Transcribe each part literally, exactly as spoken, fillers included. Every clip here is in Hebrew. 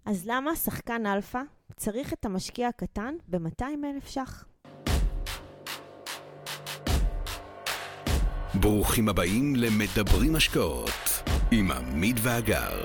אז למה שחקן אלפא צריך את המשקיע הקטן ב-מאתיים אלף ש"ח? ברוכים הבאים למדברים השקעות עם עמית ואגר.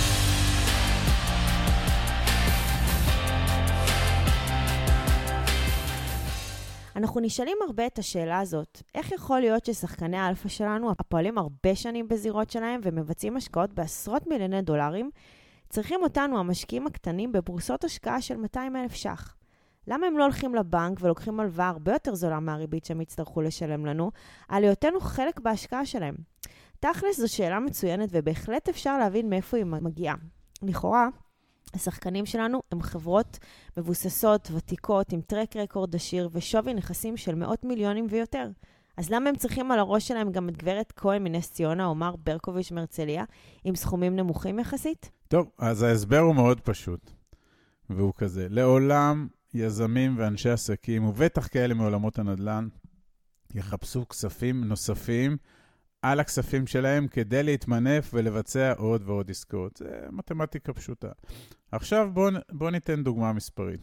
אנחנו נשאלים הרבה את השאלה הזאת, איך יכול להיות ששחקני האלפא שלנו, הפועלים הרבה שנים בזירות שלהם ומבצעים השקעות בעשרות מיליוני דולרים, צריכים אותנו, המשקיעים הקטנים, בבורסות השקעה של מאתיים אלף ש"ח. למה הם לא הולכים לבנק ולוקחים הלוואה הרבה יותר זולה מהריבית שהם יצטרכו לשלם לנו, על היותנו חלק בהשקעה שלהם? תכלס זו שאלה מצוינת ובהחלט אפשר להבין מאיפה היא מגיעה. לכאורה, השחקנים שלנו הם חברות מבוססות, ותיקות, עם טרק רקורד עשיר ושווי נכסים של מאות מיליונים ויותר. אז למה הם צריכים על הראש שלהם גם את גברת כהן מנס ציונה או מר ברקוביץ' מהרצליה עם סכומים נמוכים יחסית? טוב, אז ההסבר הוא מאוד פשוט, והוא כזה. לעולם יזמים ואנשי עסקים, ובטח כאלה מעולמות הנדל"ן, יחפשו כספים נוספים על הכספים שלהם כדי להתמנף ולבצע עוד ועוד עסקאות. זה מתמטיקה פשוטה. עכשיו בואו בוא ניתן דוגמה מספרית.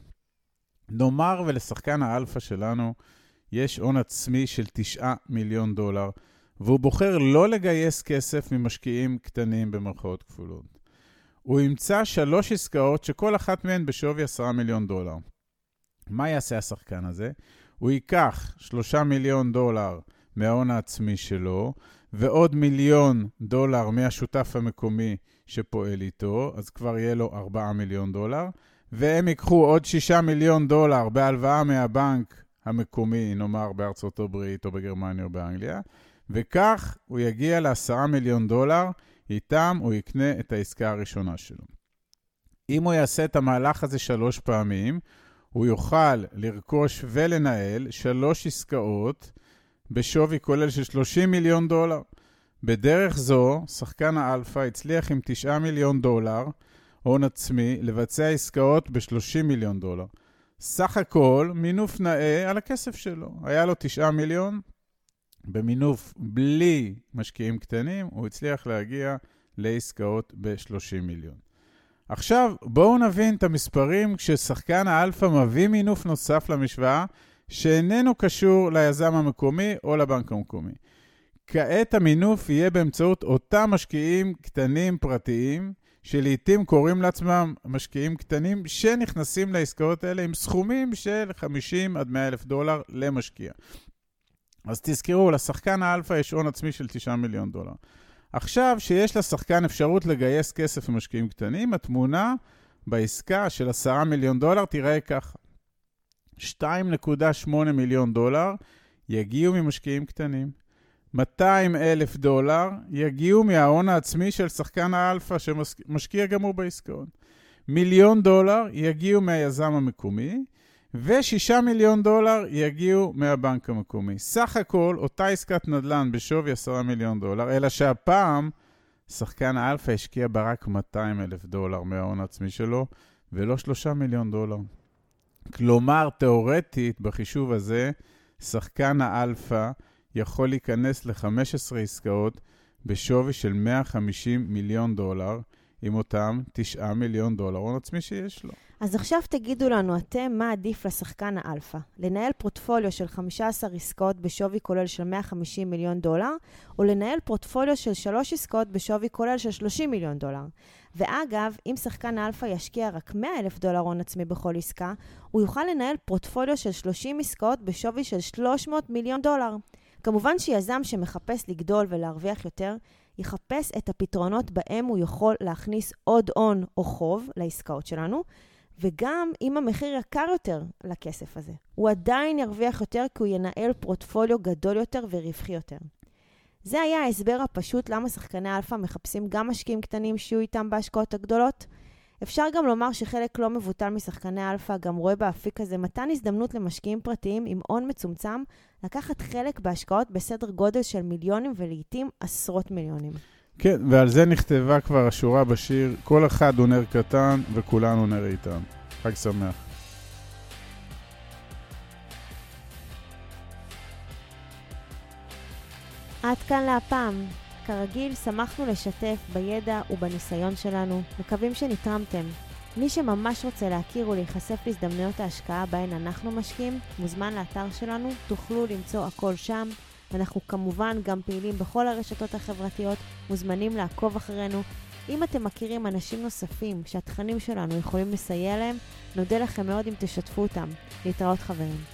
נאמר ולשחקן האלפא שלנו יש הון עצמי של תשעה מיליון דולר, והוא בוחר לא לגייס כסף ממשקיעים קטנים במרכאות כפולות. הוא ימצא שלוש עסקאות שכל אחת מהן בשווי עשרה מיליון דולר. מה יעשה השחקן הזה? הוא ייקח שלושה מיליון דולר מההון העצמי שלו, ועוד מיליון דולר מהשותף המקומי שפועל איתו, אז כבר יהיה לו ארבעה מיליון דולר, והם ייקחו עוד שישה מיליון דולר בהלוואה מהבנק המקומי, נאמר בארצות הברית או בגרמניה או באנגליה, וכך הוא יגיע לעשרה מיליון דולר, איתם הוא יקנה את העסקה הראשונה שלו. אם הוא יעשה את המהלך הזה שלוש פעמים, הוא יוכל לרכוש ולנהל שלוש עסקאות בשווי כולל של שלושים מיליון דולר. בדרך זו, שחקן האלפא הצליח עם תשעה מיליון דולר, הון עצמי, לבצע עסקאות ב-שלושים מיליון דולר. סך הכל, מינוף נאה על הכסף שלו. היה לו תשעה מיליון, במינוף בלי משקיעים קטנים, הוא הצליח להגיע לעסקאות ב-שלושים מיליון. עכשיו, בואו נבין את המספרים כששחקן האלפא מביא מינוף נוסף למשוואה, שאיננו קשור ליזם המקומי או לבנק המקומי. כעת המינוף יהיה באמצעות אותם משקיעים קטנים פרטיים, שלעיתים קוראים לעצמם משקיעים קטנים, שנכנסים לעסקאות האלה עם סכומים של חמישים עד מאה אלף דולר למשקיע. אז תזכרו, לשחקן האלפא יש הון עצמי של תשעה מיליון דולר. עכשיו שיש לשחקן אפשרות לגייס כסף למשקיעים קטנים, התמונה בעסקה של עשרה מיליון דולר תראה ככה. שתיים נקודה שמונה מיליון דולר יגיעו ממשקיעים קטנים. מאתיים אלף דולר יגיעו מההון העצמי של שחקן האלפא שמשקיע גם הוא בעסקאות. מיליון דולר יגיעו מהיזם המקומי, ושישה מיליון דולר יגיעו מהבנק המקומי. סך הכל, אותה עסקת נדל"ן בשווי עשרה מיליון דולר, אלא שהפעם שחקן האלפא השקיע בה רק מאתיים אלף דולר מההון העצמי שלו, ולא שלושה מיליון דולר. כלומר, תיאורטית, בחישוב הזה, שחקן האלפא יכול להיכנס ל-חמש עשרה עסקאות בשווי של מאה וחמישים מיליון דולר, עם אותם תשעה מיליון דולר הון עצמי שיש לו. אז עכשיו תגידו לנו אתם מה עדיף לשחקן האלפא. לנהל פורטפוליו של חמש עשרה עסקאות בשווי כולל של מאה וחמישים מיליון דולר, או לנהל פורטפוליו של שלוש עסקאות בשווי כולל של שלושים מיליון דולר. ואגב, אם שחקן האלפא ישקיע רק מאה אלף דולר הון עצמי בכל עסקה, הוא יוכל לנהל פורטפוליו של שלושים עסקאות בשווי של שלוש מאות מיליון דולר. כמובן שיזם שמחפש לגדול ולהרוויח יותר, יחפש את הפתרונות בהם הוא יכול להכניס עוד הון או חוב לעסקאות שלנו, וגם אם המחיר יקר יותר לכסף הזה. הוא עדיין ירוויח יותר כי הוא ינהל פורטפוליו גדול יותר ורווחי יותר. זה היה ההסבר הפשוט למה שחקני האלפא מחפשים גם משקיעים קטנים שיהיו איתם בהשקעות הגדולות. אפשר גם לומר שחלק לא מבוטל משחקני האלפא גם רואה באפיק הזה מתן הזדמנות למשקיעים פרטיים עם הון מצומצם לקחת חלק בהשקעות בסדר גודל של מיליונים ולעיתים עשרות מיליונים. כן, ועל זה נכתבה כבר השורה בשיר, כל אחד הוא נר קטן וכולנו נר איתן. חג שמח. עד כאן להפעם. כרגיל, שמחנו לשתף בידע ובניסיון שלנו. מקווים שנתרמתם. מי שממש רוצה להכיר ולהיחשף להזדמנויות ההשקעה בהן אנחנו משקיעים, מוזמן לאתר שלנו, תוכלו למצוא הכל שם. אנחנו כמובן גם פעילים בכל הרשתות החברתיות, מוזמנים לעקוב אחרינו. אם אתם מכירים אנשים נוספים שהתכנים שלנו יכולים לסייע להם, נודה לכם מאוד אם תשתפו אותם. להתראות חברים.